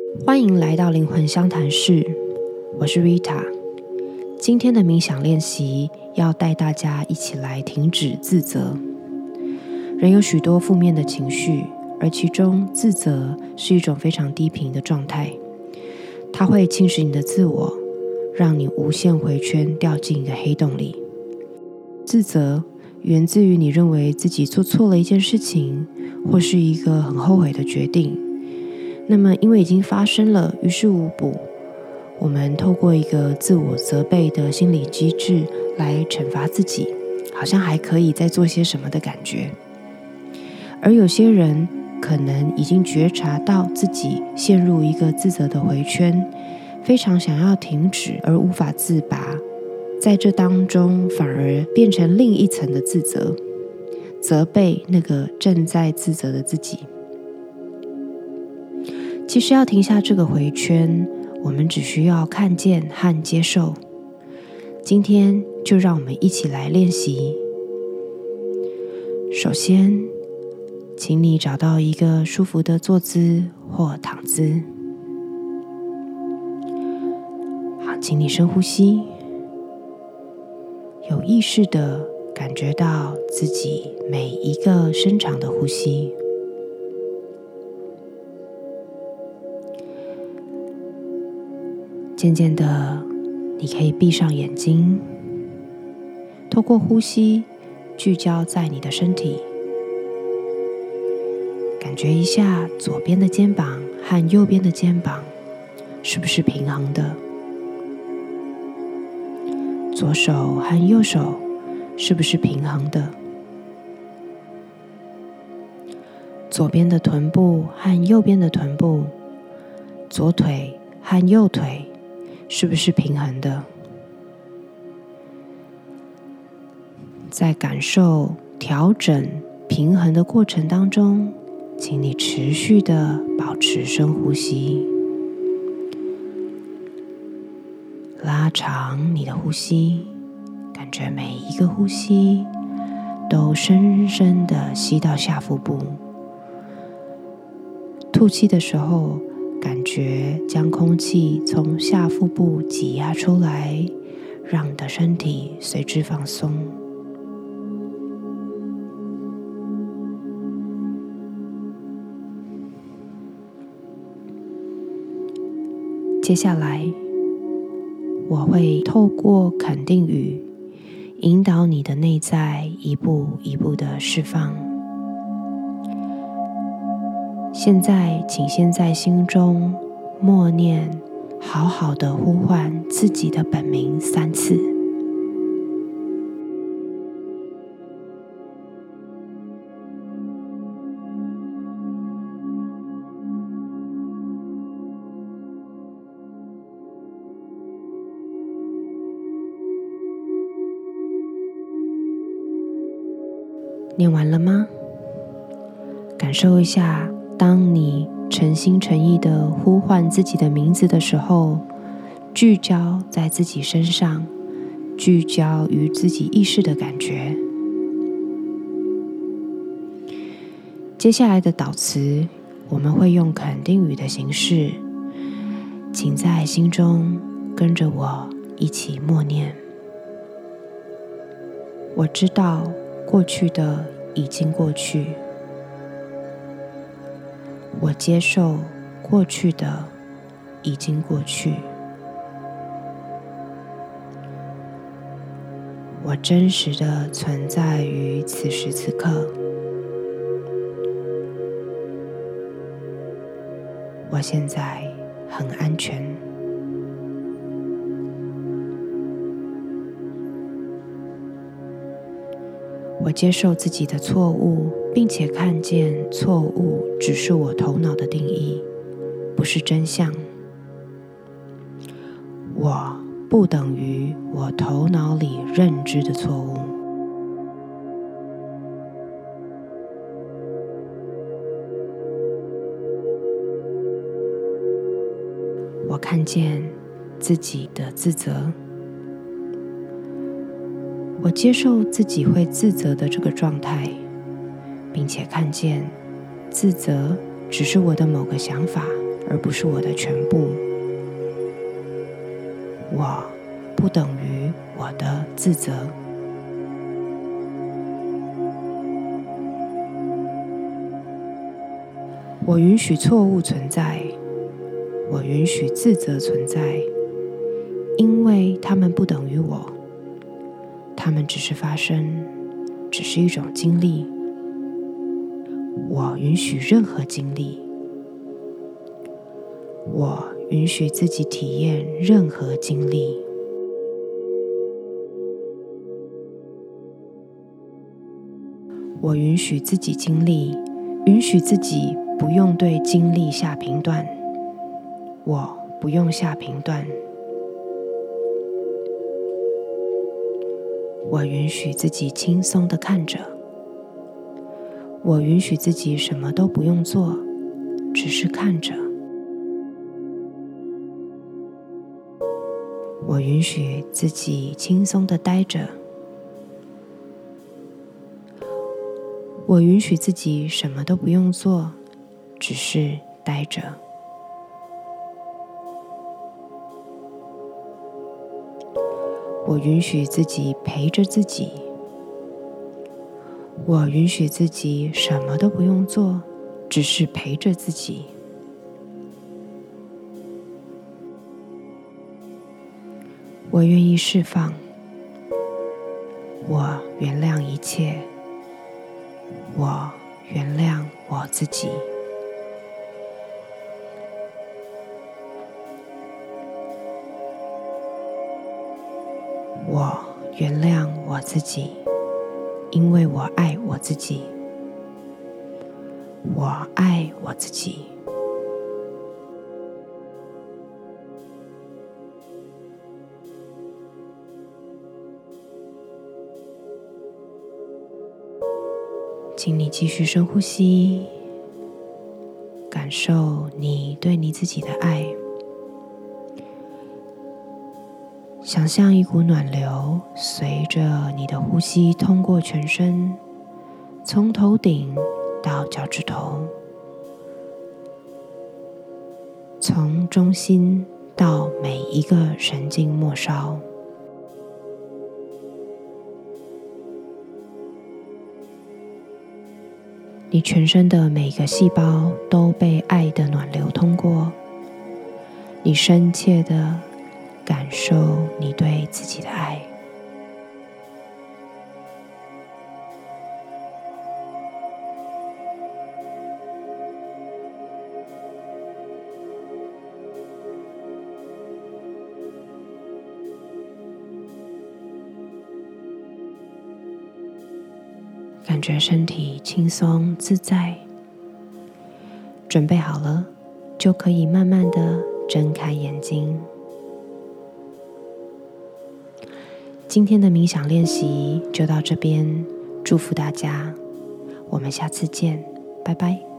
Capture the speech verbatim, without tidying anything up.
欢迎来到灵魂相谈室，我是 Rita。今天的冥想练习要带大家一起来停止自责。人有许多负面的情绪，而其中自责是一种非常低频的状态，它会侵蚀你的自我，让你无限回圈掉进一个黑洞里。自责源自于你认为自己做错了一件事情，或是一个很后悔的决定。那么因为已经发生了，于事无补，我们透过一个自我责备的心理机制来惩罚自己，好像还可以再做些什么的感觉。而有些人可能已经觉察到自己陷入一个自责的回圈，非常想要停止而无法自拔，在这当中反而变成另一层的自责，责备那个正在自责的自己。其实要停下这个回圈，我们只需要看见和接受。今天就让我们一起来练习。首先，请你找到一个舒服的坐姿或躺姿。好，请你深呼吸，有意识地感觉到自己每一个深长的呼吸。渐渐的，你可以闭上眼睛，透过呼吸聚焦在你的身体，感觉一下左边的肩膀和右边的肩膀是不是平衡的，左手和右手是不是平衡的，左边的臀部和右边的臀部，左腿和右腿是不是平衡的？在感受调整平衡的过程当中，请你持续的保持深呼吸，拉长你的呼吸，感觉每一个呼吸都深深的吸到下腹部，吐气的时候感觉将空气从下腹部挤压出来，让你的身体随之放松。接下来，我会透过肯定语，引导你的内在一步一步的释放。现在，请先在心中默念，好好的呼唤自己的本名三次。念完了吗？感受一下，当你诚心诚意地呼唤自己的名字的时候，聚焦在自己身上，聚焦于自己意识的感觉。接下来的导词，我们会用肯定语的形式，请在心中跟着我一起默念。我知道过去的已经过去，我接受过去的已经过去，我真实的存在于此时此刻，我现在很安全。我接受自己的错误，并且看见错误只是我头脑的定义，不是真相。我不等于我头脑里认知的错误。我看见自己的自责，我接受自己会自责的这个状态，并且看见自责只是我的某个想法， 而不是我的全部。我不等于我的自责。我允许错误存在，我允许自责存在，因为它们不等于我，它们只是发生，只是一种经历。我允许任何经历，我允许自己体验任何经历。我允许自己经历，允许自己不用对经历下评断，我不用下评断。我允许自己轻松地看着，我允许自己什么都不用做，只是看着。我允许自己轻松地待着，我允许自己什么都不用做，只是待着。我允许自己陪着自己，我允许自己什么都不用做，只是陪着自己。我愿意释放，我原谅一切，我原谅我自己。我原谅我自己，因为我爱我自己。我爱我自己。请你继续深呼吸，感受你对你自己的爱。想象一股暖流随着你的呼吸通过全身，从头顶到脚趾头，从中心到每一个神经末梢。你全身的每个细胞都被爱的暖流通过，你深切地感受你对自己的爱。感觉身体轻松自在，准备好了，就可以慢慢地睁开眼睛。今天的冥想练习就到这边，祝福大家，我们下次见，拜拜。